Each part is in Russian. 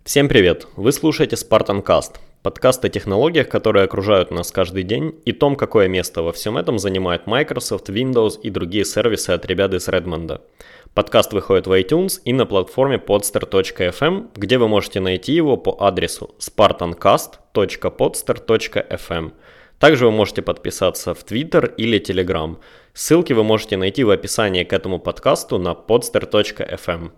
Всем привет! Вы слушаете Spartancast, подкаст о технологиях, которые окружают нас каждый день, и том, какое место во всем этом занимает Microsoft, Windows и другие сервисы от ребят из Redmond. Подкаст выходит в iTunes и на платформе podster.fm, где вы можете найти его по адресу spartancast.podster.fm. Также вы можете подписаться в Twitter или Telegram. Ссылки вы можете найти в описании к этому подкасту на podster.fm.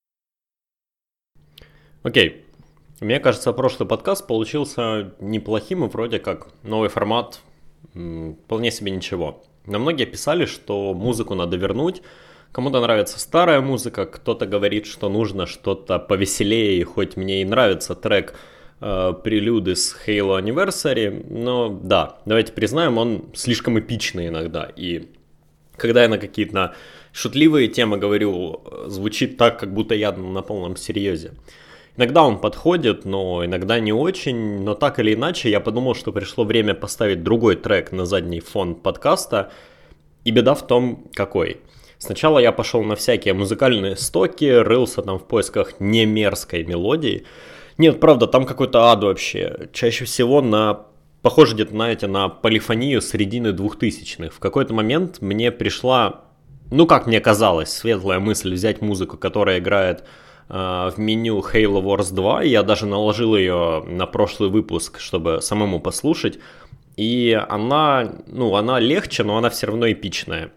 Окей. Мне кажется, прошлый подкаст получился неплохим и вроде как новый формат, вполне себе ничего. Но многие писали, что музыку надо вернуть, кому-то нравится старая музыка, кто-то говорит, что нужно что-то повеселее, и хоть мне и нравится трек прелюды с Halo Anniversary, но да, давайте признаем, он слишком эпичный иногда, и когда я на какие-то шутливые темы говорю, звучит так, как будто я на полном серьезе. Иногда он подходит, но иногда не очень, но так или иначе я подумал, что пришло время поставить другой трек на задний фон подкаста, и беда в том, какой. Сначала я пошел на всякие музыкальные стоки, рылся там в поисках немерзкой мелодии. Нет, правда, там какой-то ад вообще, чаще всего похоже где-то, знаете, на полифонию середины 2000-х. В какой-то момент мне пришла, как мне казалось, светлая мысль взять музыку, которая играет в меню Halo Wars 2, и я даже наложил ее на прошлый выпуск, чтобы самому послушать, и она легче, но она все равно эпичная.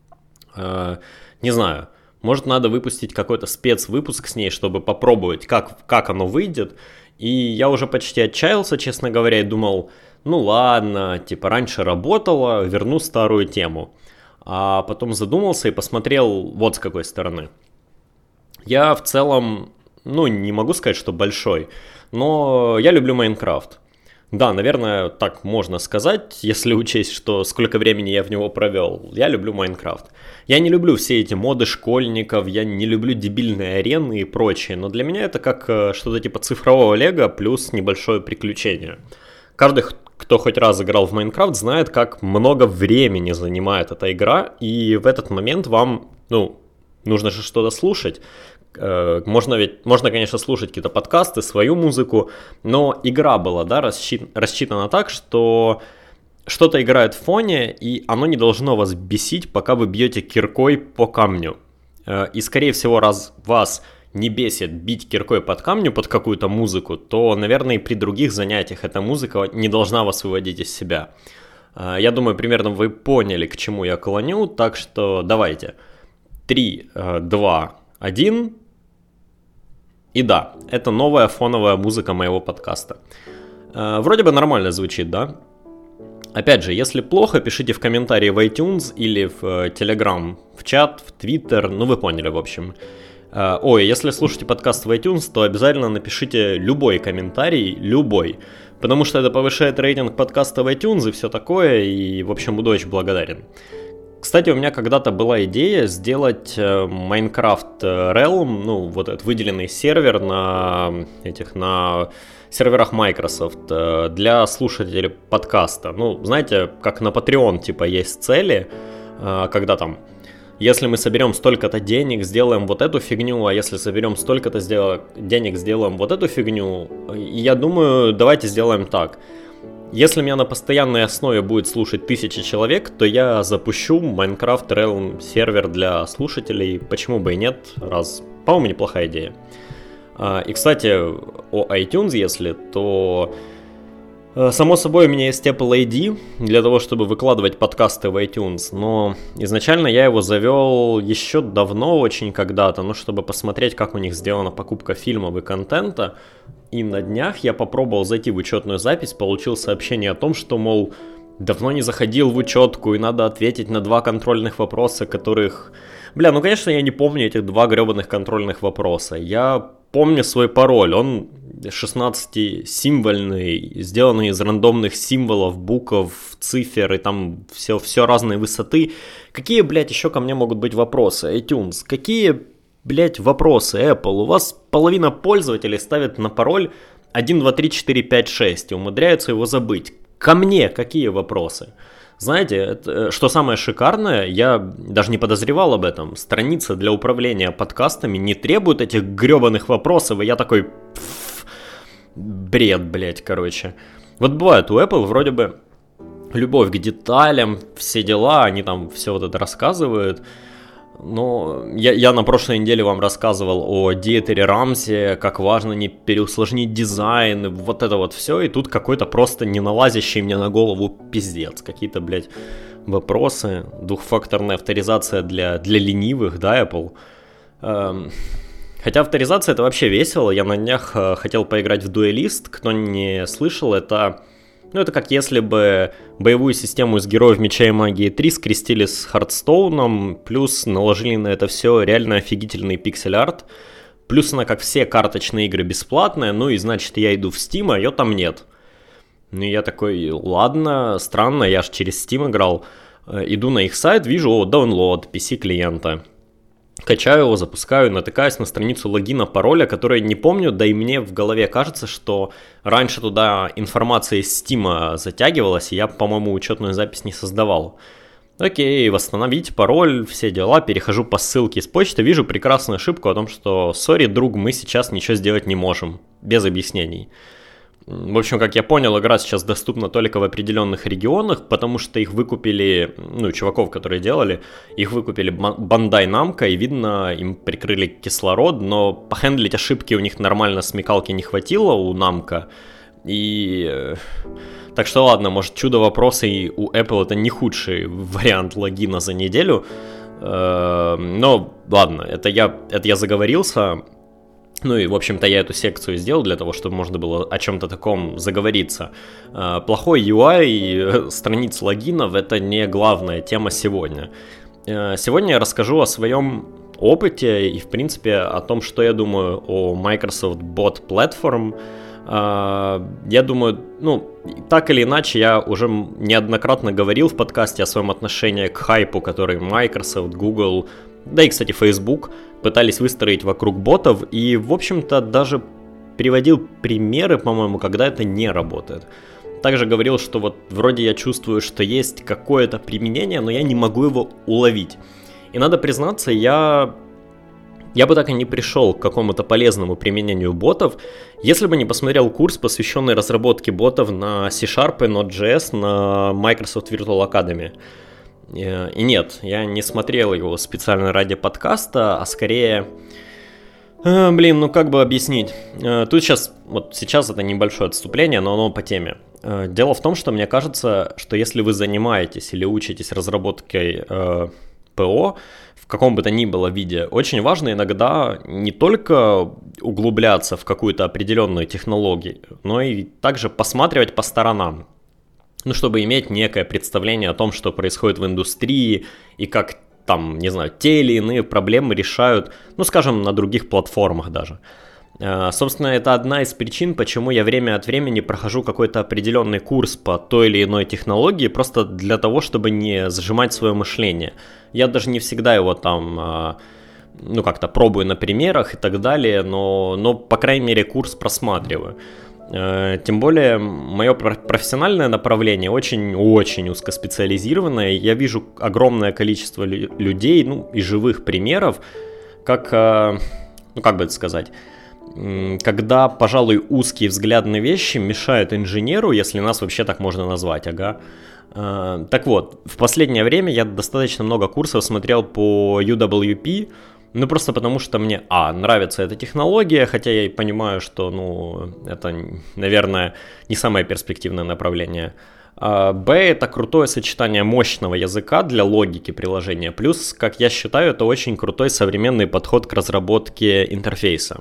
Не знаю, может надо выпустить какой-то спецвыпуск с ней, чтобы попробовать, как оно выйдет, и я уже почти отчаялся, честно говоря, и думал, ладно, раньше работало, верну старую тему, а потом задумался и посмотрел вот с какой стороны. Я в целом, не могу сказать, что большой, но я люблю Майнкрафт. Да, наверное, так можно сказать, если учесть, что сколько времени я в него провел. Я люблю Майнкрафт. Я не люблю все эти моды школьников, я не люблю дебильные арены и прочее, но для меня это как что-то типа цифрового лего плюс небольшое приключение. Каждый, кто хоть раз играл в Майнкрафт, знает, как много времени занимает эта игра, и в этот момент вам, нужно же что-то слушать. Можно, конечно, слушать какие-то подкасты, свою музыку, но игра была, рассчитана так, что что-то играет в фоне, и оно не должно вас бесить, пока вы бьете киркой по камню. И, скорее всего, раз вас не бесит бить киркой под камню под какую-то музыку, то, наверное, и при других занятиях эта музыка не должна вас выводить из себя. Я думаю, примерно вы поняли, к чему я клоню, так что давайте. 3, 2, 1. И да, это новая фоновая музыка моего подкаста. Вроде бы нормально звучит, да? Опять же, если плохо, пишите в комментарии в iTunes или в Telegram, в чат, в Twitter, вы поняли, в общем. Если слушаете подкаст в iTunes, то обязательно напишите любой комментарий, любой, потому что это повышает рейтинг подкаста в iTunes и все такое, и, в общем, буду очень благодарен. Кстати, у меня когда-то была идея сделать Minecraft Realm, этот выделенный сервер на серверах Microsoft для слушателей подкаста. Знаете, как на Patreon, есть цели, когда там, если мы соберем столько-то денег, сделаем вот эту фигню, а если соберем столько-то денег, сделаем вот эту фигню. И я думаю, давайте сделаем так. Если меня на постоянной основе будет слушать 1000 человек, то я запущу Minecraft Realm сервер для слушателей. Почему бы и нет, по-моему, неплохая идея. И, кстати, о iTunes, то само собой у меня есть Apple ID для того, чтобы выкладывать подкасты в iTunes, но изначально я его завел еще давно, очень когда-то, чтобы посмотреть, как у них сделана покупка фильмов и контента. И на днях я попробовал зайти в учетную запись, получил сообщение о том, что, давно не заходил в учетку и надо ответить на 2 контрольных вопроса, которых... конечно, я не помню этих 2 гребаных контрольных вопроса. Я помню свой пароль, он 16-символьный, сделанный из рандомных символов, букв, цифр и там все разной высоты. Какие, еще ко мне могут быть вопросы? iTunes, какие... вопросы, Apple, у вас половина пользователей ставит на пароль 1, 2, 3, 4, 5, 6 и умудряются его забыть. Ко мне какие вопросы? Знаете, что самое шикарное, я даже не подозревал об этом, страница для управления подкастами не требует этих гребаных вопросов, и я такой, бред, блядь, короче. Вот бывает у Apple вроде бы любовь к деталям, все дела, они там все вот это рассказывают. Но я на прошлой неделе вам рассказывал о Диэтере Рамсе, как важно не переусложнить дизайн, вот это вот все, и тут какой-то просто не налазящий мне на голову пиздец. Какие-то, блядь, вопросы, двухфакторная авторизация для ленивых, да, Apple? Хотя авторизация это вообще весело, я на днях хотел поиграть в Duelist, кто не слышал, это как если бы боевую систему из Героев Меча и Магии 3 скрестили с Хардстоуном, плюс наложили на это все реально офигительный пиксель-арт, плюс она, как все карточные игры, бесплатная, ну и значит я иду в Steam, а ее там нет. Ну и я такой, ладно, странно, я же через Steam играл, иду на их сайт, вижу, download PC-клиента. Качаю его, запускаю, натыкаюсь на страницу логина, пароля, который не помню, да и мне в голове кажется, что раньше туда информация из Steam затягивалась, и я, по-моему, учетную запись не создавал. Окей, восстановить пароль, все дела, перехожу по ссылке из почты, вижу прекрасную ошибку о том, что «Сори, друг, мы сейчас ничего сделать не можем», без объяснений. В общем, как я понял, игра сейчас доступна только в определенных регионах, потому что их выкупили, чуваков, которые делали, их выкупили Bandai Namco, и видно, им прикрыли кислород, но похендлить ошибки у них нормально смекалки не хватило у Namco, и... Так что ладно, может чудо вопроса и у Apple это не худший вариант логина за неделю, но ладно, это я заговорился. Ну и, в общем-то, я эту секцию сделал для того, чтобы можно было о чем-то таком заговориться. Плохой UI страниц логинов – это не главная тема сегодня. Сегодня я расскажу о своем опыте и, в принципе, о том, что я думаю о Microsoft Bot Platform. Я думаю, так или иначе, я уже неоднократно говорил в подкасте о своем отношении к хайпу, который Microsoft, Google, да и, кстати, Facebook пытались выстроить вокруг ботов, и, в общем-то, даже приводил примеры, по-моему, когда это не работает. Также говорил, что вот вроде я чувствую, что есть какое-то применение, но я не могу его уловить. И надо признаться, я бы так и не пришел к какому-то полезному применению ботов, если бы не посмотрел курс, посвященный разработке ботов на C-Sharp и Node.js на Microsoft Virtual Academy. И нет, я не смотрел его специально ради подкаста, а скорее... как бы объяснить? Тут сейчас это небольшое отступление, но оно по теме. Дело в том, что мне кажется, что если вы занимаетесь или учитесь разработкой ПО в каком бы то ни было виде, очень важно иногда не только углубляться в какую-то определенную технологию, но и также посматривать по сторонам. Чтобы иметь некое представление о том, что происходит в индустрии и как там, не знаю, те или иные проблемы решают, скажем, на других платформах даже. Собственно, это одна из причин, почему я время от времени прохожу какой-то определенный курс по той или иной технологии, просто для того, чтобы не сжимать свое мышление. Я даже не всегда его там, как-то пробую на примерах и так далее, но по крайней мере, курс просматриваю. Тем более, мое профессиональное направление очень-очень узкоспециализированное. Я вижу огромное количество людей, и живых примеров, как бы это сказать, когда, пожалуй, узкий взгляд на вещи мешает инженеру, если нас вообще так можно назвать, ага. Так вот, в последнее время я достаточно много курсов смотрел по UWP, просто потому что мне, нравится эта технология, хотя я и понимаю, что, это, наверное, не самое перспективное направление. Это крутое сочетание мощного языка для логики приложения, плюс, как я считаю, это очень крутой современный подход к разработке интерфейса.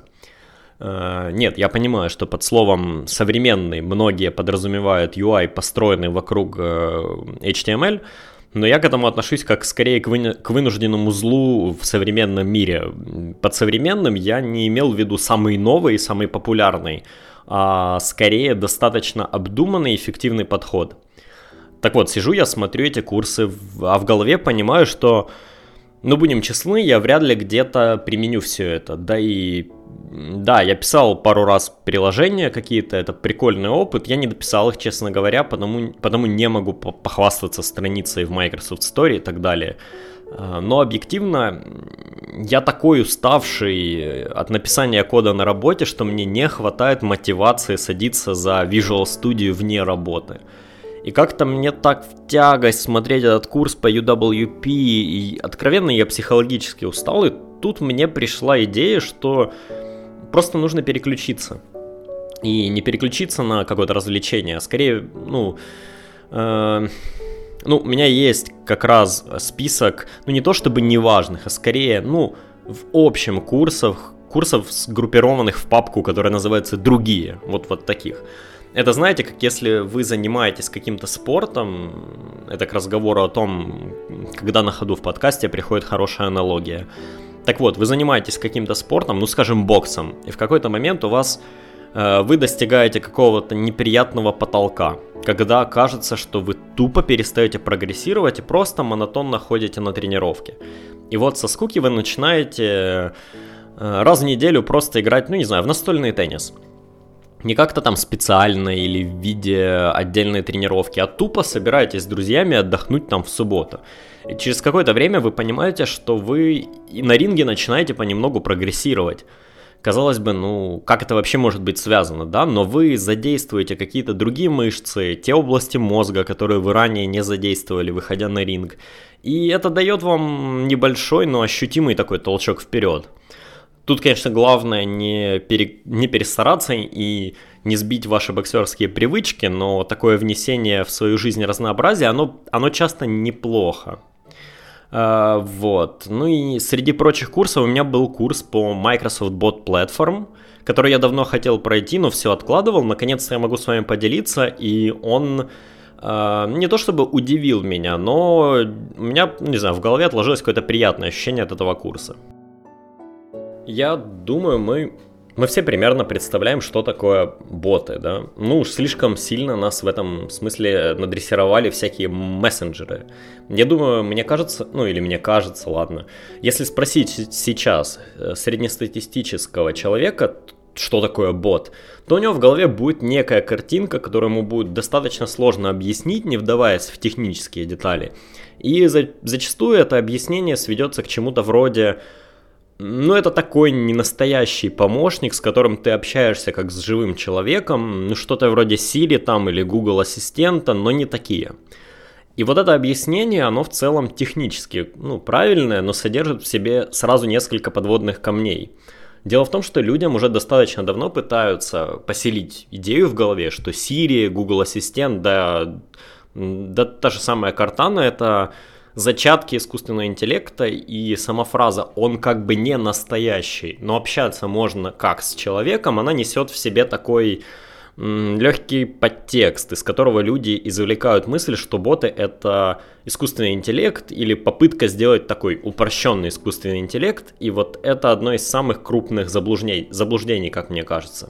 Нет, я понимаю, что под словом «современный» многие подразумевают UI, построенный вокруг HTML, но я к этому отношусь как скорее к вынужденному злу в современном мире. Под современным я не имел в виду самый новый и самый популярный, а скорее достаточно обдуманный и эффективный подход. Так вот, сижу я, смотрю эти курсы, а в голове понимаю, что, будем честны, я вряд ли где-то применю все это. Да, я писал пару раз приложения какие-то, это прикольный опыт, я не дописал их, честно говоря, потому не могу похвастаться страницей в Microsoft Store и так далее. Но объективно я такой уставший от написания кода на работе, что мне не хватает мотивации садиться за Visual Studio вне работы. И как-то мне так в тягость смотреть этот курс по UWP, и откровенно я психологически устал, и тут мне пришла идея, что просто нужно переключиться. И не переключиться на какое-то развлечение, а скорее, у меня есть как раз список, не то чтобы неважных, а скорее, в общем курсов, сгруппированных в папку, которая называется «Другие», вот таких. Это, знаете, как если вы занимаетесь каким-то спортом, это к разговору о том, когда на ходу в подкасте приходит хорошая аналогия. Так вот, вы занимаетесь каким-то спортом, скажем, боксом, и в какой-то момент вы достигаете какого-то неприятного потолка, когда кажется, что вы тупо перестаете прогрессировать и просто монотонно ходите на тренировки. И вот со скуки вы начинаете раз в неделю просто играть, в настольный теннис. Не как-то там специально или в виде отдельной тренировки, а тупо собираетесь с друзьями отдохнуть там в субботу. И через какое-то время вы понимаете, что вы и на ринге начинаете понемногу прогрессировать. Казалось бы, как это вообще может быть связано, да? Но вы задействуете какие-то другие мышцы, те области мозга, которые вы ранее не задействовали, выходя на ринг. И это дает вам небольшой, но ощутимый такой толчок вперед. Тут, конечно, главное не перестараться и не сбить ваши боксерские привычки, но такое внесение в свою жизнь разнообразия, оно часто неплохо. И среди прочих курсов у меня был курс по Microsoft Bot Platform, который я давно хотел пройти, но все откладывал. Наконец-то я могу с вами поделиться, и он не то чтобы удивил меня, но у меня, в голове отложилось какое-то приятное ощущение от этого курса. Я думаю, мы все примерно представляем, что такое боты, да? Уж слишком сильно нас в этом смысле надрессировали всякие мессенджеры. Я думаю, мне кажется, ладно. Если спросить сейчас среднестатистического человека, что такое бот, то у него в голове будет некая картинка, которую ему будет достаточно сложно объяснить, не вдаваясь в технические детали. И зачастую это объяснение сведется к чему-то вроде... это такой ненастоящий помощник, с которым ты общаешься как с живым человеком, что-то вроде Siri там или Google Ассистента, но не такие. И вот это объяснение, оно в целом технически, правильное, но содержит в себе сразу несколько подводных камней. Дело в том, что людям уже достаточно давно пытаются поселить идею в голове, что Siri, Google Ассистент, да та же самая Cortana — это... зачатки искусственного интеллекта, и сама фраза «он как бы не настоящий, но общаться можно как с человеком», она несет в себе такой легкий подтекст, из которого люди извлекают мысль, что боты — это искусственный интеллект или попытка сделать такой упрощенный искусственный интеллект, и вот это одно из самых крупных заблуждений, как мне кажется.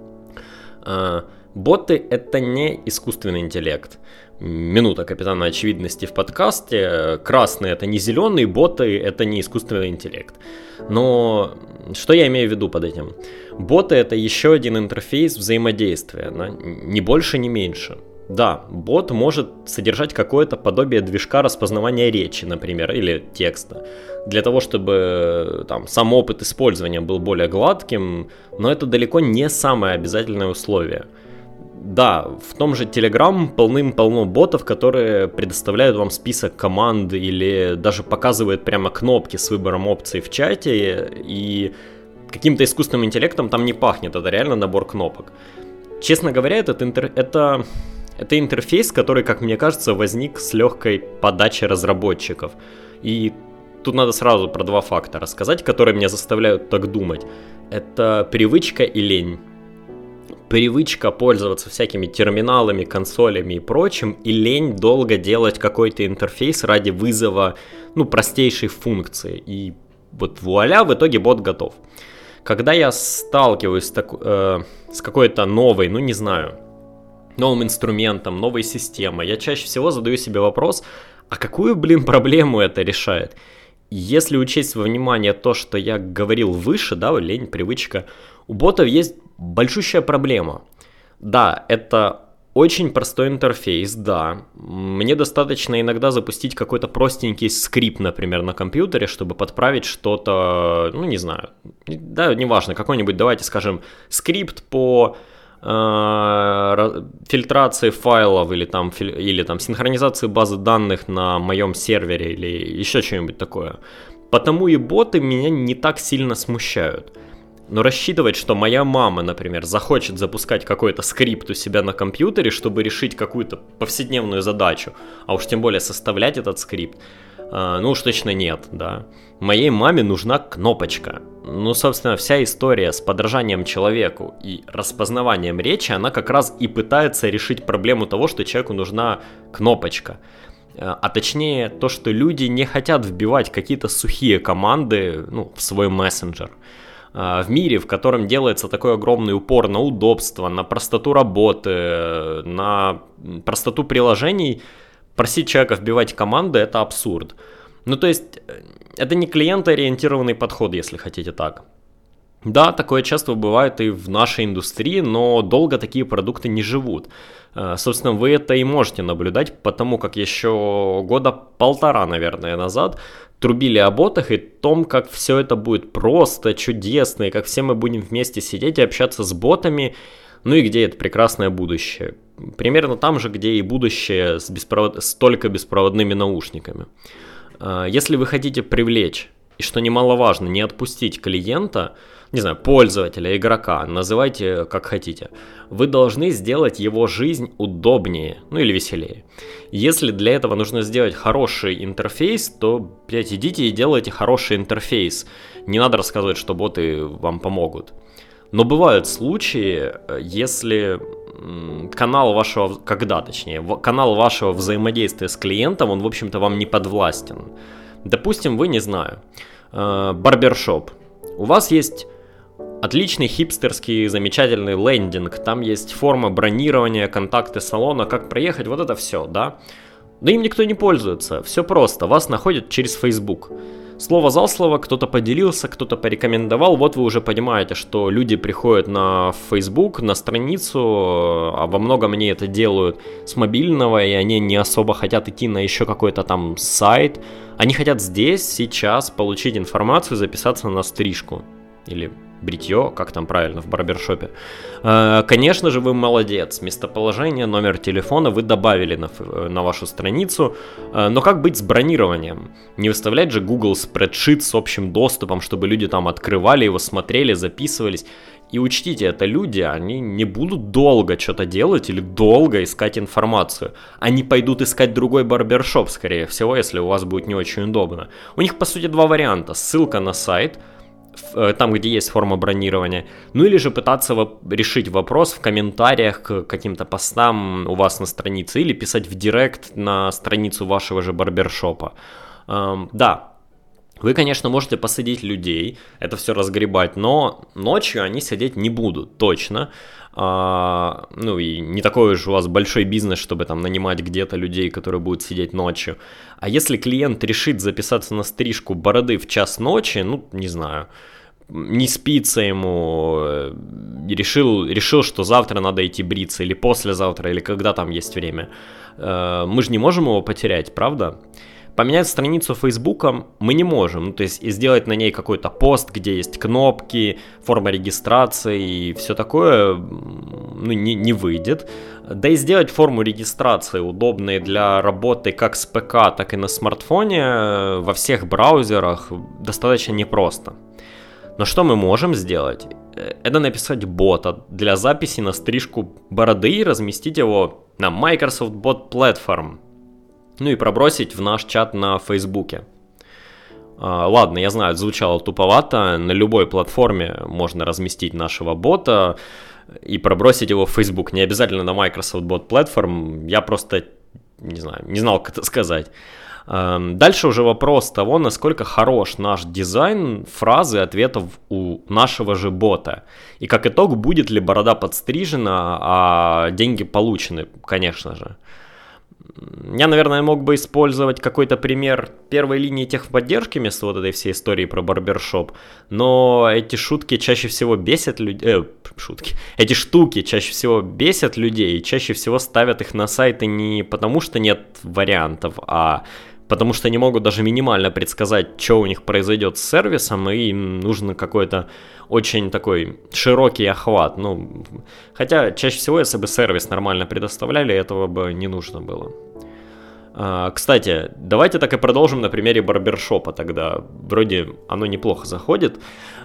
Боты — это не искусственный интеллект. Минута капитана очевидности в подкасте. Красный — это не зеленый, боты — это не искусственный интеллект. Но что я имею в виду под этим? Боты — это еще один интерфейс взаимодействия, ни больше, ни меньше. Да, бот может содержать какое-то подобие движка распознавания речи, например, или текста, для того, чтобы сам опыт использования был более гладким, но это далеко не самое обязательное условие. Да, в том же Telegram полным-полно ботов, которые предоставляют вам список команд или даже показывают прямо кнопки с выбором опций в чате, и каким-то искусственным интеллектом там не пахнет, это реально набор кнопок. Честно говоря, это интерфейс, который, как мне кажется, возник с легкой подачи разработчиков. И тут надо сразу про два фактора сказать, которые меня заставляют так думать. Это привычка и лень. Привычка пользоваться всякими терминалами, консолями и прочим, и лень долго делать какой-то интерфейс ради вызова, простейшей функции. И вот вуаля, в итоге бот готов. Когда я сталкиваюсь с какой-то новой, новым инструментом, новой системой, я чаще всего задаю себе вопрос, а какую, проблему это решает? Если учесть во внимание то, что я говорил выше, лень, привычка, у ботов есть большущая проблема. Да, это Очень простой интерфейс, да. Мне достаточно иногда запустить какой-то простенький скрипт, например, на компьютере, чтобы подправить что-то, ну, не знаю, да, неважно, какой-нибудь, давайте скажем, скрипт по фильтрации файлов или там синхронизации базы данных на моем сервере или еще что-нибудь такое. Потому и боты меня не так сильно смущают. Но рассчитывать, что моя мама, например, захочет запускать какой-то скрипт у себя на компьютере, чтобы решить какую-то повседневную задачу, а уж тем более составлять этот скрипт, ну уж точно нет, да. Моей маме нужна кнопочка. Ну, собственно, вся история с подражанием человеку и распознаванием речи, она как раз и пытается решить проблему того, что человеку нужна кнопочка. А точнее, то, что люди не хотят вбивать какие-то сухие команды, ну, в свой мессенджер. В мире, в котором делается такой огромный упор на удобство, на простоту работы, на простоту приложений, просить человека вбивать команды – это абсурд. Ну, то есть, это не клиентоориентированный подход, если хотите так. Да, такое часто бывает и в нашей индустрии, но долго такие продукты не живут. Собственно, вы это и можете наблюдать, потому как еще года 1.5, наверное, назад трубили о ботах и том, как все это будет просто, чудесно, и как все мы будем вместе сидеть и общаться с ботами, ну и где это прекрасное будущее. Примерно там же, где и будущее с только беспроводными наушниками. Если вы хотите привлечь, и что немаловажно, не отпустить клиента, не знаю, пользователя, игрока, называйте как хотите, вы должны сделать его жизнь удобнее, ну или веселее. Если для этого нужно сделать хороший интерфейс, то, блядь, идите и делайте хороший интерфейс. Не надо рассказывать, что боты вам помогут. Но бывают случаи, если канал вашего взаимодействия с клиентом, он, в общем-то, вам не подвластен. Допустим, вы, не знаю, барбершоп. У вас есть отличный хипстерский замечательный лендинг, там есть форма бронирования, контакты салона, как проехать, вот это все, да? Да им никто не пользуется, все просто, вас находят через Facebook. Слово за слово, кто-то поделился, кто-то порекомендовал, вот вы уже понимаете, что люди приходят на Facebook, на страницу, а во многом они это делают с мобильного, и они не особо хотят идти на еще какой-то там сайт. Они хотят здесь, сейчас получить информацию, записаться на стрижку или бритье, как там правильно, в барбершопе. Конечно же, вы молодец. Местоположение, номер телефона вы добавили на вашу страницу. Но как быть с бронированием? Не выставлять же Google Spreadsheet с общим доступом, чтобы люди там открывали его, смотрели, записывались. И учтите, это люди, они не будут долго что-то делать или долго искать информацию. Они пойдут искать другой барбершоп, скорее всего, если у вас будет не очень удобно. У них, по сути, два варианта. Ссылка на сайт, там, где есть форма бронирования, ну или же пытаться решить вопрос в комментариях к каким-то постам у вас на странице или писать в директ на страницу вашего же барбершопа. Да, вы, конечно, можете посадить людей, это все разгребать, но ночью они сидеть не будут, точно. Ну и не такой уж у вас большой бизнес, чтобы там нанимать где-то людей, которые будут сидеть ночью. А если клиент решит записаться на стрижку бороды в час ночи, ну, не знаю, не спится ему, решил, что завтра надо идти бриться, или послезавтра, или когда там есть время, мы же не можем его потерять, правда? Поменять страницу Фейсбука мы не можем, ну, то есть и сделать на ней какой-то пост, где есть кнопки, форма регистрации и все такое, ну, не выйдет. Да и сделать форму регистрации удобной для работы как с ПК, так и на смартфоне во всех браузерах достаточно непросто. Но что мы можем сделать? Это написать бота для записи на стрижку бороды и разместить его на Microsoft Bot Platform. Ну и пробросить в наш чат на Фейсбуке. Ладно, я знаю, звучало туповато. На любой платформе можно разместить нашего бота и пробросить его в Facebook. Не обязательно на Microsoft Bot Platform. Я просто не знал, как это сказать. Дальше уже вопрос того, насколько хорош наш дизайн фразы ответов у нашего же бота. И как итог, будет ли борода подстрижена, а деньги получены, конечно же. Я, наверное, мог бы использовать какой-то пример первой линии техподдержки вместо вот этой всей истории про барбершоп, но эти шутки чаще всего бесят людей... Эти штуки чаще всего бесят людей и чаще всего ставят их на сайты не потому, что нет вариантов, а потому что не могут даже минимально предсказать, что у них произойдет с сервисом, и им нужен какой-то очень такой широкий охват. Ну, хотя чаще всего, если бы сервис нормально предоставляли, этого бы не нужно было. Кстати, давайте так и продолжим на примере барбершопа тогда. Вроде оно неплохо заходит.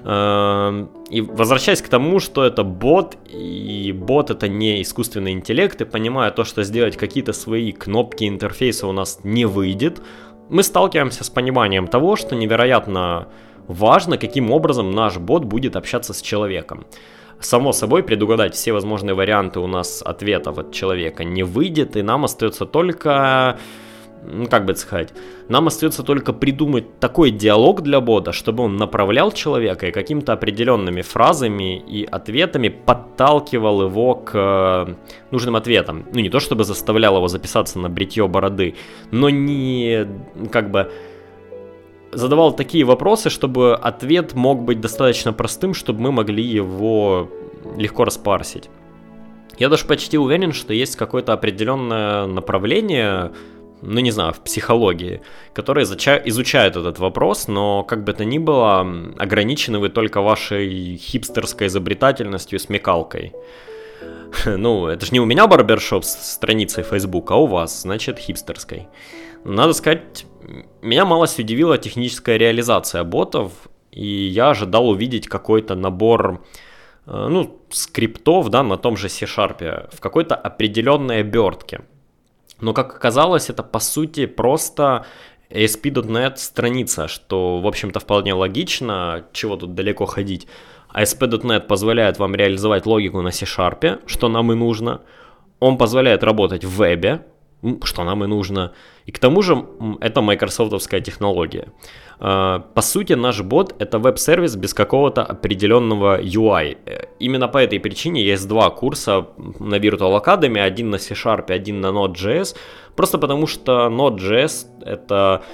И возвращаясь к тому, что это бот, и бот это не искусственный интеллект, и понимая то, что сделать какие-то свои кнопки интерфейса у нас не выйдет, мы сталкиваемся с пониманием того, что невероятно важно, каким образом наш бот будет общаться с человеком. Само собой, предугадать все возможные варианты у нас ответов от человека не выйдет, и нам остается только, как бы сказать, нам остается только придумать такой диалог для бота, чтобы он направлял человека и какими-то определенными фразами и ответами подталкивал его к нужным ответам. Ну, не то чтобы заставлял его записаться на бритье бороды, но не, как бы, задавал такие вопросы, чтобы ответ мог быть достаточно простым, чтобы мы могли его легко распарсить. Я даже почти уверен, что есть какое-то определенное направление, ну не знаю, в психологии, которое изучает этот вопрос, но как бы то ни было, ограничены вы только вашей хипстерской изобретательностью и смекалкой. Ну, это же не у меня барбершоп с страницей Facebook, а у вас, значит, хипстерской. Надо сказать, меня малость удивила техническая реализация ботов, и я ожидал увидеть какой-то набор, ну, скриптов, да, на том же C-Sharp в какой-то определенной обертке. Но, как оказалось, это по сути просто ASP.NET страница, что, в общем-то, вполне логично, чего тут далеко ходить. ASP.NET позволяет вам реализовать логику на C-Sharp, что нам и нужно. Он позволяет работать в вебе, что нам и нужно. И к тому же это майкрософтовская технология. По сути, наш бот — это веб-сервис без какого-то определенного UI. Именно по этой причине есть два курса на Virtual Academy, один на C-Sharp, один на Node.js. Просто потому что Node.js — это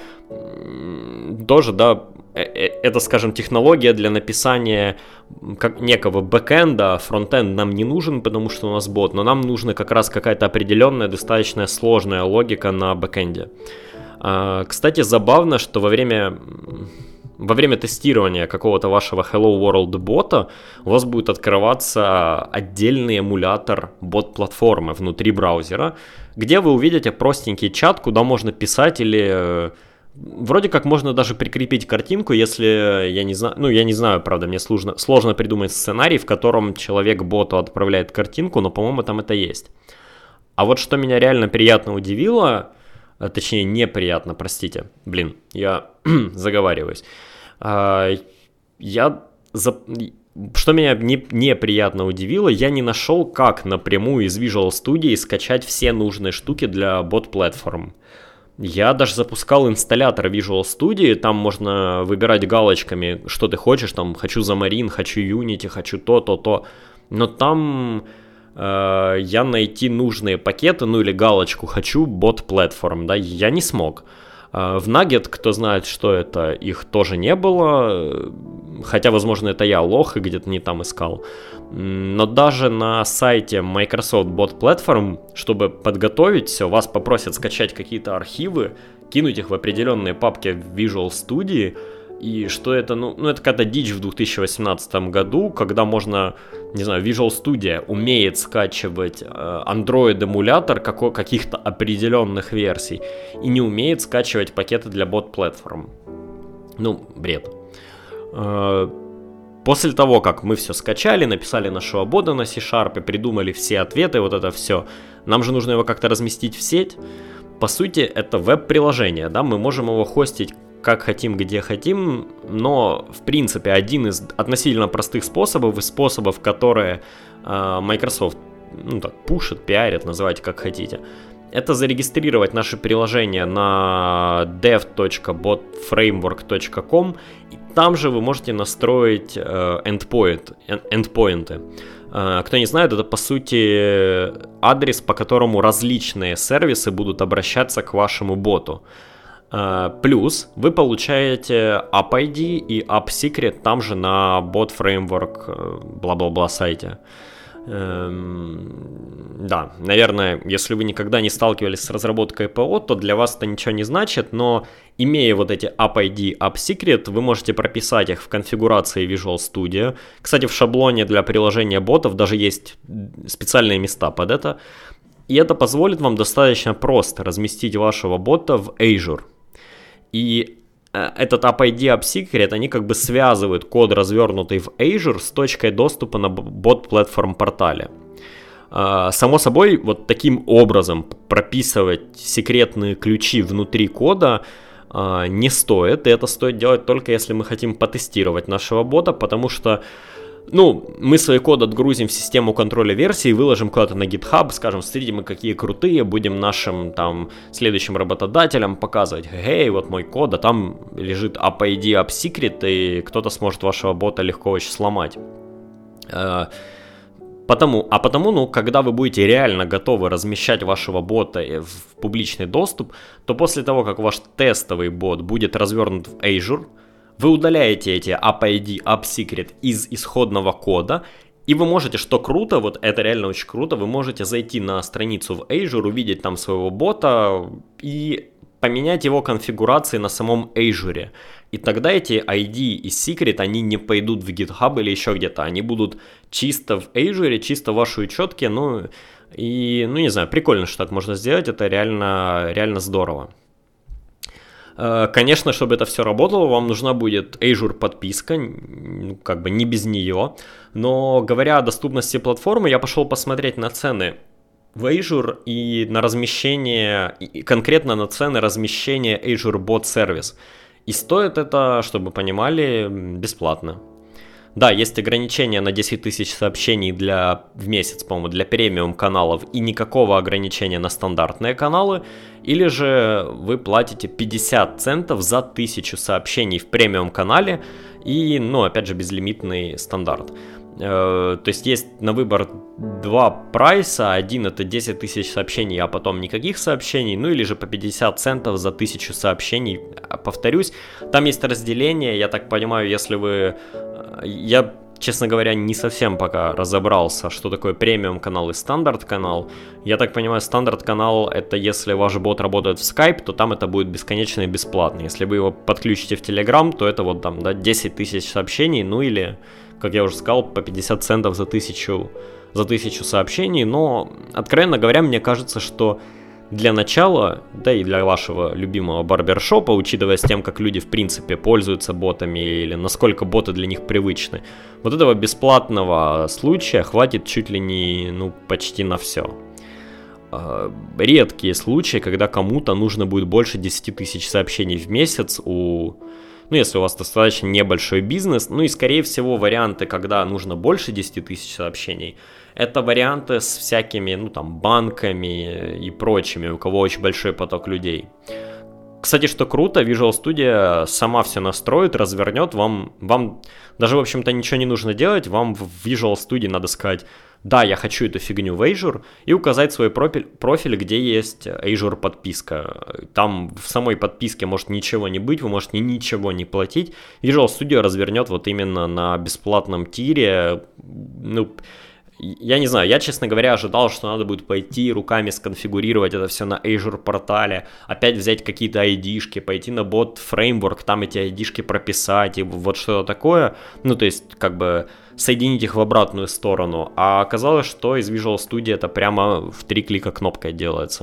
тоже, да, это, скажем, технология для написания как некого бэкэнда, фронтенд нам не нужен, потому что у нас бот, но нам нужна как раз какая-то определенная, достаточно сложная логика на бэкэнде. Кстати, забавно, что во время тестирования какого-то вашего Hello World бота у вас будет открываться отдельный эмулятор бот-платформы внутри браузера, где вы увидите простенький чат, куда можно писать или... Вроде как можно даже прикрепить картинку, если, я не знаю, правда, мне сложно придумать сценарий, в котором человек боту отправляет картинку, но, по-моему, там это есть. А вот что меня реально приятно удивило, точнее, неприятно, простите, я заговариваюсь. Что меня неприятно удивило, я не нашел, как напрямую из Visual Studio скачать все нужные штуки для бот-платформ. Я даже запускал инсталлятор Visual Studio, там можно выбирать галочками, что ты хочешь, там, хочу Xamarin, хочу Unity, хочу то. Но там я найти нужные пакеты, ну или галочку «хочу бот-платформ», да, я не смог. В Nugget, кто знает, что это, их тоже не было, хотя, возможно, это я лох и где-то не там искал. Но даже на сайте Microsoft Bot Platform, чтобы подготовить все, вас попросят скачать какие-то архивы, кинуть их в определенные папки в Visual Studio, и что это, это какая-то дичь в 2018 году, когда можно, не знаю, Visual Studio умеет скачивать Android-эмулятор каких-то определенных версий и не умеет скачивать пакеты для бот-платформ. Бред. После того, как мы все скачали, написали нашего бота на C-Sharp, придумали все ответы, вот это все, нам же нужно его как-то разместить в сеть. По сути, это веб-приложение, да, мы можем его хостить как хотим, где хотим, но, в принципе, один из относительно простых способов, из способов, которые Microsoft, пушит, пиарит, называйте как хотите, это зарегистрировать наше приложение на dev.botframework.com, и там же вы можете настроить эндпоинты. Кто не знает, это по сути адрес, по которому различные сервисы будут обращаться к вашему боту. Плюс вы получаете App ID и App Secret там же на Bot Framework бла-бла-бла сайте. Да, наверное, если вы никогда не сталкивались с разработкой ПО, то для вас это ничего не значит, но имея вот эти App ID, App Secret, вы можете прописать их в конфигурации Visual Studio. Кстати, в шаблоне для приложения ботов даже есть специальные места под это. И это позволит вам достаточно просто разместить вашего бота в Azure. И этот App ID, App Secret, они как бы связывают код, развернутый в Azure, с точкой доступа на бот-платформ портале. Само собой, вот таким образом прописывать секретные ключи внутри кода не стоит. И это стоит делать только если мы хотим потестировать нашего бота, потому что мы свой код отгрузим в систему контроля версий, выложим куда-то на GitHub, скажем, смотрите, мы какие крутые, будем нашим там следующим работодателям показывать, hey, вот мой код, а там лежит App ID, App Secret, и кто-то сможет вашего бота легко очень сломать. Потому, когда вы будете реально готовы размещать вашего бота в публичный доступ, то после того, как ваш тестовый бот будет развернут в Azure, вы удаляете эти App ID, App Secret из исходного кода, и вы можете, что круто, вот это реально очень круто, вы можете зайти на страницу в Azure, увидеть там своего бота и поменять его конфигурации на самом Azure. И тогда эти ID и Secret, они не пойдут в GitHub или еще где-то, они будут чисто в Azure, чисто в вашей учетке, не знаю, прикольно, что так можно сделать, это реально здорово. Конечно, чтобы это все работало, вам нужна будет Azure подписка, как бы не без нее. Но говоря о доступности платформы, я пошел посмотреть на цены в Azure и на размещение, и конкретно на цены размещения Azure Bot Service. И стоит это, чтобы вы понимали, бесплатно. Да, есть ограничение на 10 тысяч сообщений в месяц, по-моему, для премиум каналов и никакого ограничения на стандартные каналы. Или же вы платите 50 центов за 1000 сообщений в премиум канале и, опять же, безлимитный стандарт. То есть на выбор два прайса. Один это 10 тысяч сообщений, а потом никаких сообщений. Или же по 50 центов за 1000 сообщений. Повторюсь, там есть разделение. Я так понимаю, если вы... Я, честно говоря, не совсем пока разобрался, что такое премиум канал и стандарт канал. Я так понимаю, стандарт канал это если ваш бот работает в Skype, то там это будет бесконечно и бесплатно. Если вы его подключите в Telegram, то это 10 тысяч сообщений, или, как я уже сказал, по 50 центов за 1000 сообщений. Но, откровенно говоря, мне кажется, что для начала, да и для вашего любимого барбершопа, учитывая с тем, как люди в принципе пользуются ботами или насколько боты для них привычны, вот этого бесплатного случая хватит чуть ли не, почти на все. Редкие случаи, когда кому-то нужно будет больше 10 тысяч сообщений в месяц если у вас достаточно небольшой бизнес, и скорее всего варианты, когда нужно больше 10 тысяч сообщений, это варианты с всякими, банками и прочими, у кого очень большой поток людей. Кстати, что круто, Visual Studio сама все настроит, развернет, вам даже, в общем-то, ничего не нужно делать, вам в Visual Studio надо сказать, да, я хочу эту фигню в Azure, и указать свой профиль, где есть Azure подписка. Там в самой подписке может ничего не быть, вы можете ничего не платить. Visual Studio развернет вот именно на бесплатном тире. Я не знаю, я, честно говоря, ожидал, что надо будет пойти руками сконфигурировать это все на Azure портале, опять взять какие-то ID-шки, пойти на Bot Framework, там эти ID-шки прописать и вот что-то такое. То есть, как бы соединить их в обратную сторону. А оказалось, что из Visual Studio это прямо в 3 клика кнопкой делается.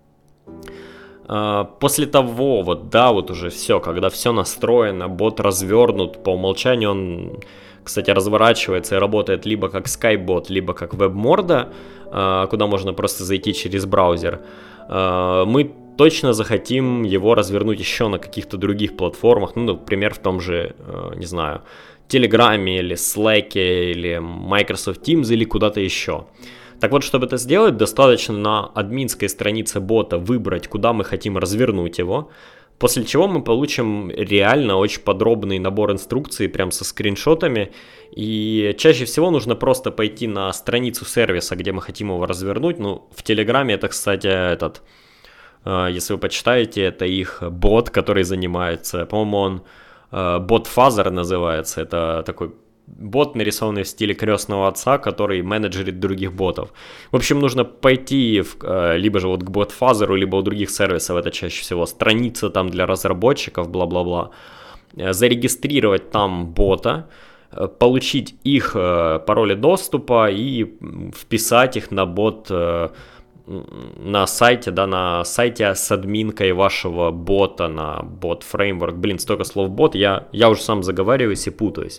После того, уже все, когда все настроено, бот развернут, по умолчанию он, кстати, разворачивается и работает либо как Skype-бот, либо как веб-морда, куда можно просто зайти через браузер. Мы точно захотим его развернуть еще на каких-то других платформах, например, в том же, не знаю, Телеграме или Slack или Microsoft Teams или куда-то еще. Так вот, чтобы это сделать, достаточно на админской странице бота выбрать, куда мы хотим развернуть его. после чего мы получим реально очень подробный набор инструкций, прям со скриншотами, и чаще всего нужно просто пойти на страницу сервиса, где мы хотим его развернуть. Ну, в Телеграме это, кстати, если вы почитаете, это их бот, который занимается, по-моему, он бот-фазер называется, это такой бот, нарисованный в стиле крестного отца, который менеджерит других ботов. В общем, нужно пойти либо же вот к бот-фазеру, либо у других сервисов, это чаще всего страница там для разработчиков, бла-бла-бла, зарегистрировать там бота, получить их пароли доступа и вписать их на бот на сайте, да, на сайте с админкой вашего бота, на бот-фреймворк. Блин, столько слов бот, я уже сам заговариваюсь и путаюсь.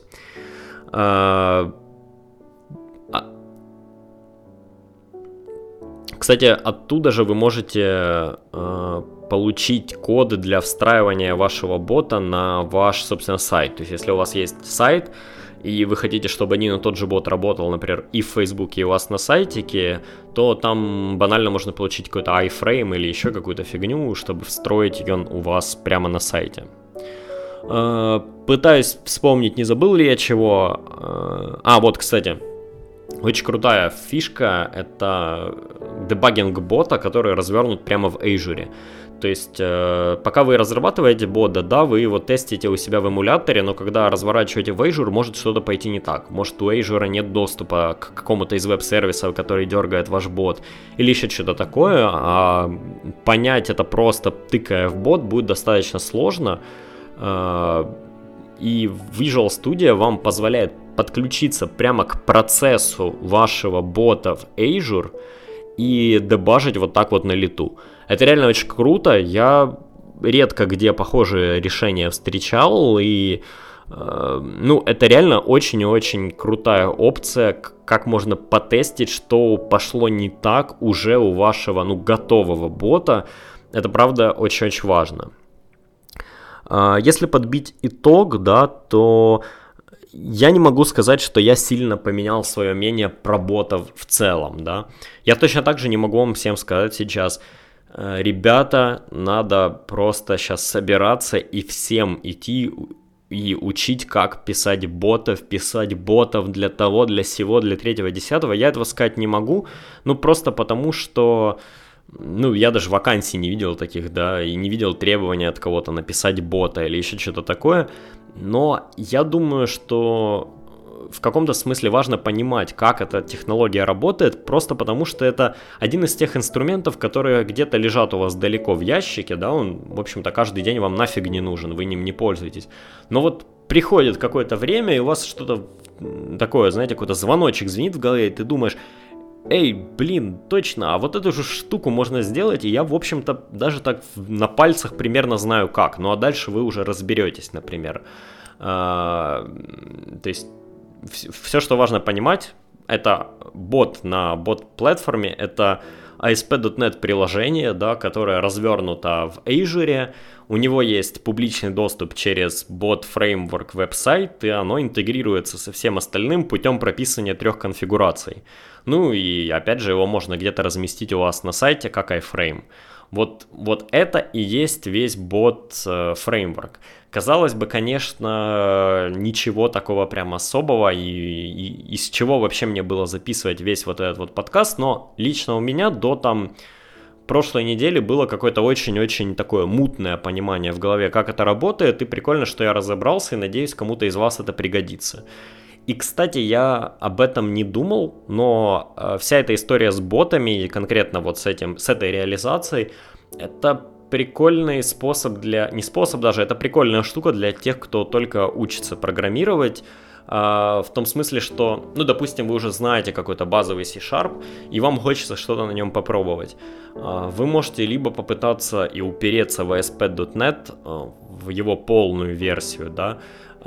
Кстати, оттуда же вы можете получить коды для встраивания вашего бота на ваш, собственно, сайт. То есть, если у вас есть сайт, и вы хотите, чтобы один и тот же бот работал, например, и в Фейсбуке, и у вас на сайтике, то там банально можно получить какой-то iframe или еще какую-то фигню, чтобы встроить ее у вас прямо на сайте. Пытаюсь вспомнить, не забыл ли я чего. Вот, кстати, очень крутая фишка — это дебагинг бота, который развернут прямо в Azure. То есть, пока вы разрабатываете бота, да, вы его тестите у себя в эмуляторе, но когда разворачиваете в Azure, может что-то пойти не так. Может, у Azure нет доступа к какому-то из веб-сервисов, который дергает ваш бот, или еще что-то такое, а понять это просто тыкая в бот будет достаточно сложно. И Visual Studio вам позволяет подключиться прямо к процессу вашего бота в Azure и дебажить вот так вот на лету. Это реально очень круто, я редко где похожие решения встречал, и это реально очень и очень крутая опция, как можно потестить, что пошло не так уже у вашего готового бота. Это правда очень-очень важно. Если подбить итог, да, то я не могу сказать, что я сильно поменял свое мнение про ботов в целом, да. Я точно так же не могу вам всем сказать сейчас: ребята, надо просто сейчас собираться и всем идти и учить, как писать ботов для того, для сего, для третьего, десятого. Я этого сказать не могу, просто потому что... я даже вакансий не видел таких, да, и не видел требования от кого-то написать бота или еще что-то такое, но я думаю, что в каком-то смысле важно понимать, как эта технология работает, просто потому что это один из тех инструментов, которые где-то лежат у вас далеко в ящике, да, он, в общем-то, каждый день вам нафиг не нужен, вы ним не пользуетесь, но вот приходит какое-то время, и у вас что-то такое, знаете, какой-то звоночек звенит в голове, и ты думаешь: эй, блин, точно, а вот эту же штуку можно сделать, и я, в общем-то, даже так на пальцах примерно знаю как. Ну, а дальше вы уже разберетесь, например. То есть, все, что важно понимать, это бот на бот-платформе, это ASP.NET приложение, да, которое развернуто в Azure. У него есть публичный доступ через бот-фреймворк веб-сайт, и оно интегрируется со всем остальным путем прописывания 3 конфигураций. Ну и опять же его можно где-то разместить у вас на сайте как iframe. Вот это и есть весь бот-фреймворк. Казалось бы, конечно, ничего такого прям особого, и из чего вообще мне было записывать весь вот этот вот подкаст, но лично у меня до прошлой недели было какое-то очень-очень такое мутное понимание в голове, как это работает, и прикольно, что я разобрался, и надеюсь, кому-то из вас это пригодится. И, кстати, я об этом не думал, но вся эта история с ботами, конкретно вот с этой реализацией, это прикольный способ это прикольная штука для тех, кто только учится программировать, в том смысле, что, допустим, вы уже знаете какой-то базовый C-Sharp, и вам хочется что-то на нем попробовать. Вы можете либо попытаться и упереться в ASP.NET, в его полную версию, да,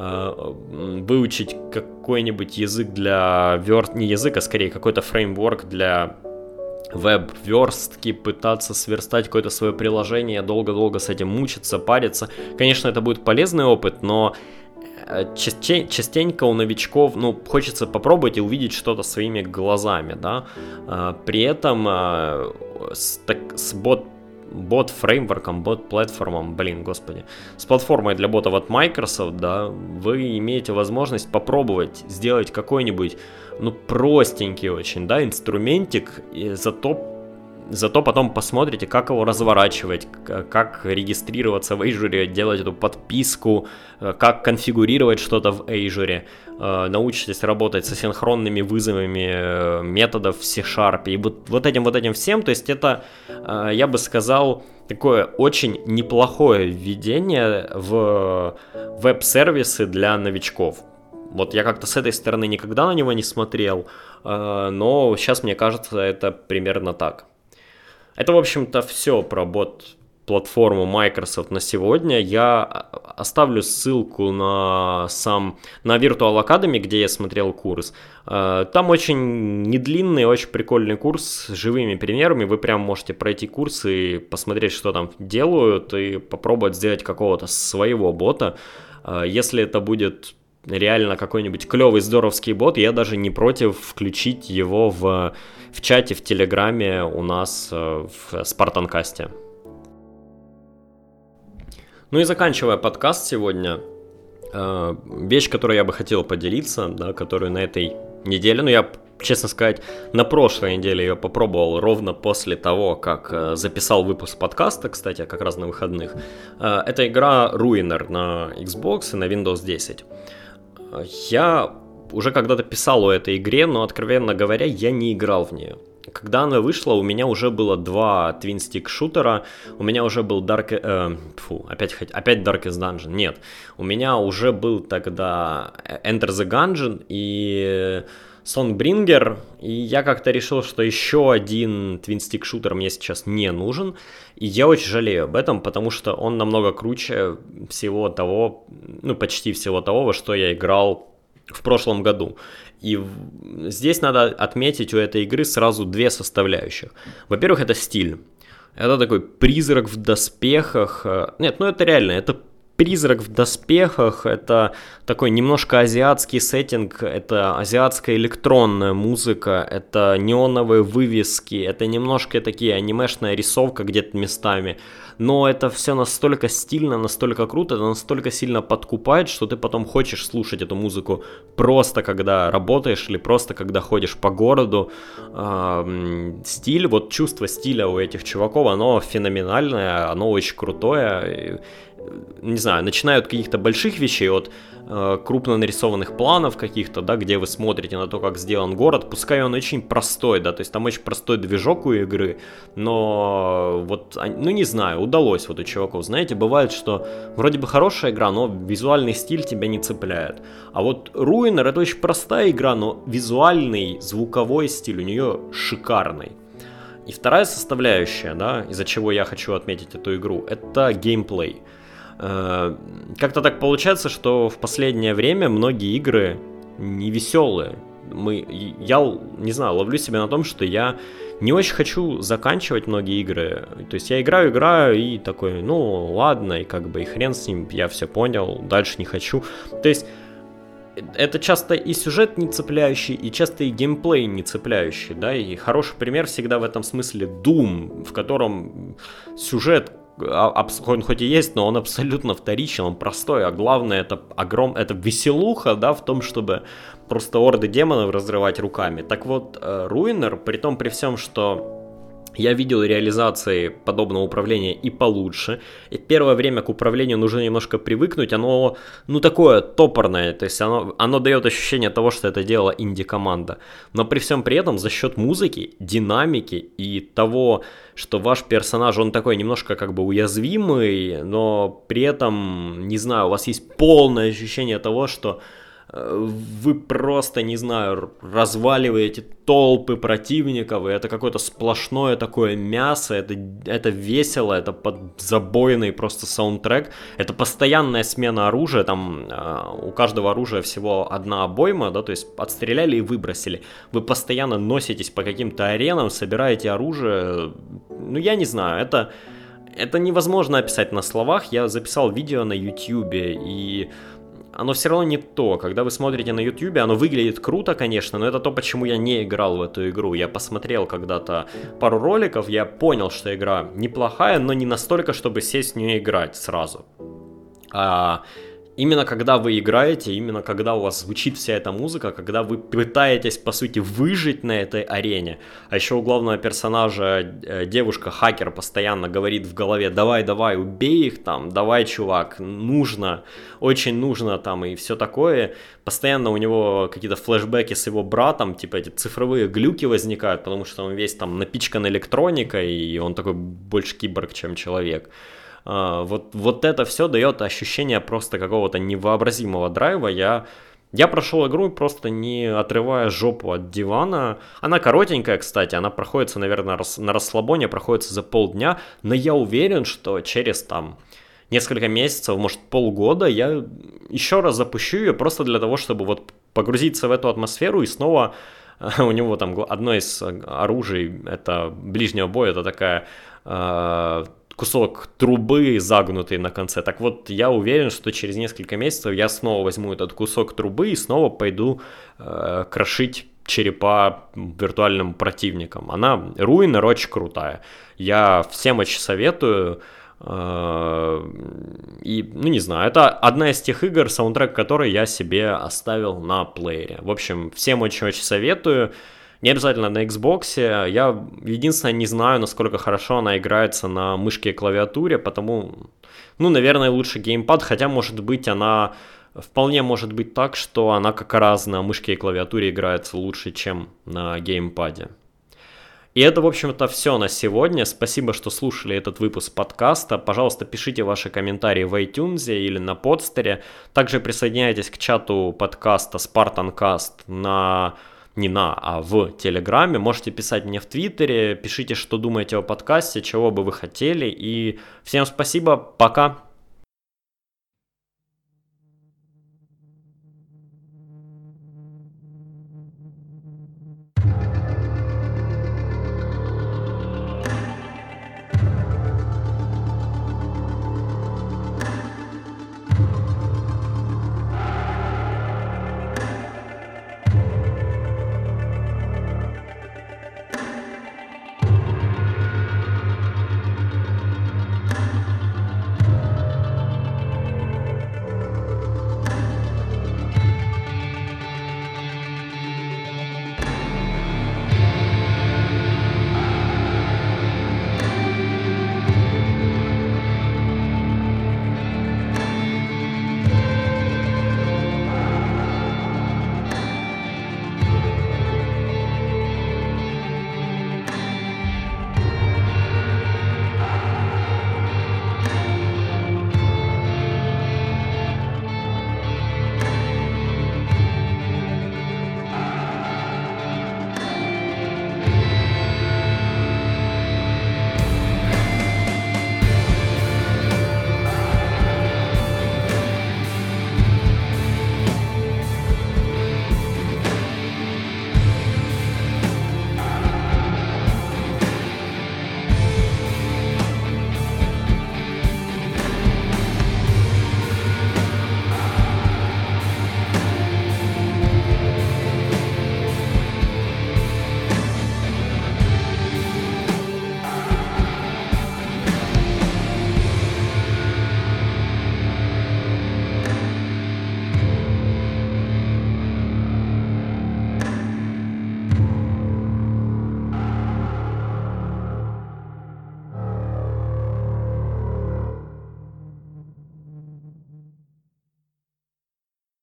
выучить какой-нибудь язык не язык, а скорее какой-то фреймворк для веб-верстки, пытаться сверстать какое-то свое приложение, долго-долго с этим мучиться, париться. Конечно, это будет полезный опыт, но частенько у новичков, хочется попробовать и увидеть что-то своими глазами, да. При этом с бот-фреймворком, бот-платформом, господи, с платформой для ботов от Microsoft, да, вы имеете возможность попробовать сделать какой-нибудь, простенький очень, да, инструментик, и зато потом посмотрите, как его разворачивать, как регистрироваться в Azure, делать эту подписку, как конфигурировать что-то в Azure, научитесь работать с асинхронными вызовами методов в C-Sharp и вот этим всем. То есть это, я бы сказал, такое очень неплохое введение в веб-сервисы для новичков. Вот я как-то с этой стороны никогда на него не смотрел, но сейчас мне кажется, это примерно так. Это, в общем-то, все про бот-платформу Microsoft на сегодня. Я оставлю ссылку на Virtual Academy, где я смотрел курс. Там очень недлинный, очень прикольный курс с живыми примерами. Вы прям можете пройти курс и посмотреть, что там делают, и попробовать сделать какого-то своего бота. Если это будет реально какой-нибудь клевый, здоровский бот, я даже не против включить его в чате, в Телеграме у нас в Спартанкасте. Ну и заканчивая подкаст сегодня, вещь, которой я бы хотел поделиться, да, которую на этой неделе, я, честно сказать, на прошлой неделе ее попробовал ровно после того, как записал выпуск подкаста, кстати, как раз на выходных. Это игра Ruiner на Xbox и на Windows 10. Я уже когда-то писал о этой игре, но, откровенно говоря, я не играл в нее. Когда она вышла, у меня уже было 2 твин-стик шутера, у меня уже был опять Darkest Dungeon, нет, у меня уже был тогда Enter the Gungeon и Songbringer, и я как-то решил, что еще один твин-стик шутер мне сейчас не нужен, и я очень жалею об этом, потому что он намного круче всего того, почти всего того, во что я играл в прошлом году. И здесь надо отметить у этой игры сразу 2 составляющих. Во-первых, это стиль. Это такой призрак в доспехах. Нет, это реально, это призрак в доспехах, это такой немножко азиатский сеттинг, это азиатская электронная музыка, это неоновые вывески, это немножко такие анимешная рисовка где-то местами. Но это все настолько стильно, настолько круто, это настолько сильно подкупает, что ты потом хочешь слушать эту музыку просто когда работаешь или просто когда ходишь по городу. Стиль, чувство стиля у этих чуваков, оно феноменальное, оно очень крутое. Не знаю, начиная от каких-то больших вещей, от крупно нарисованных планов каких-то, да, где вы смотрите на то, как сделан город, пускай он очень простой, да, то есть там очень простой движок у игры, но не знаю, удалось у чуваков, знаете, бывает, что вроде бы хорошая игра, но визуальный стиль тебя не цепляет, а Ruiner это очень простая игра, но визуальный, звуковой стиль у нее шикарный. И вторая составляющая, да, из-за чего я хочу отметить эту игру, это геймплей. Как-то так получается, что в последнее время многие игры не веселые. Я не знаю, ловлю себя на том, что я не очень хочу заканчивать многие игры. То есть я играю и такой, ладно, и и хрен с ним, я все понял, дальше не хочу. То есть это часто и сюжет не цепляющий, и часто и геймплей не цепляющий, да, и хороший пример всегда в этом смысле Doom, в котором сюжет, он хоть и есть, но он абсолютно вторичен, он простой, а главное это веселуха, да, в том, чтобы просто орды демонов разрывать руками. Так Ruiner, при всем, что я видел реализации подобного управления и получше. И первое время к управлению нужно немножко привыкнуть. Оно, такое топорное. То есть оно дает ощущение того, что это делала инди-команда. Но при всем при этом за счет музыки, динамики и того, что ваш персонаж, он такой немножко уязвимый, но при этом, не знаю, у вас есть полное ощущение того, что вы просто, не знаю, разваливаете толпы противников, и это какое-то сплошное такое мясо, это весело, это подзабойный просто саундтрек, это постоянная смена оружия, там у каждого оружия всего одна обойма, да, то есть отстреляли и выбросили, вы постоянно носитесь по каким-то аренам, собираете оружие, я не знаю, это невозможно описать на словах, я записал видео на YouTube, и оно все равно не то. Когда вы смотрите на YouTube, оно выглядит круто, конечно, но это то, почему я не играл в эту игру. Я посмотрел когда-то пару роликов, я понял, что игра неплохая, но не настолько, чтобы сесть в нее играть сразу. Именно когда вы играете, именно когда у вас звучит вся эта музыка, когда вы пытаетесь, по сути, выжить на этой арене, а еще у главного персонажа девушка-хакер постоянно говорит в голове: давай, убей их там, давай, чувак, нужно, очень нужно там и все такое. Постоянно у него какие-то флешбеки с его братом, типа эти цифровые глюки возникают, потому что он весь там напичкан электроникой, и он такой больше киборг, чем человек. Вот это все дает ощущение просто какого-то невообразимого драйва. Я прошел игру, просто не отрывая жопу от дивана. Она коротенькая, кстати, она проходится, наверное, на расслабоне, проходится за полдня, но я уверен, что через там несколько месяцев, может полгода, я еще раз запущу ее просто для того, чтобы вот погрузиться в эту атмосферу и снова... У него там одно из оружий, это ближнего боя, это такая... кусок трубы загнутый на конце. Так вот, я уверен, что через несколько месяцев я снова возьму этот кусок трубы и снова пойду крошить черепа виртуальным противникам. Она руинер очень крутая. Я всем очень советую. И, не знаю, это одна из тех игр, саундтрек которой я себе оставил на плеере. В общем, всем очень-очень советую. Не обязательно на Xbox. Я единственное не знаю, насколько хорошо она играется на мышке и клавиатуре, потому, наверное, лучше геймпад, хотя, может быть, она... Вполне может быть так, что она как раз на мышке и клавиатуре играется лучше, чем на геймпаде. И это, в общем-то, все на сегодня. Спасибо, что слушали этот выпуск подкаста. Пожалуйста, пишите ваши комментарии в iTunes или на подстере. Также присоединяйтесь к чату подкаста SpartanCast в Телеграме. Можете писать мне в Твиттере. Пишите, что думаете о подкасте, чего бы вы хотели. И всем спасибо. Пока.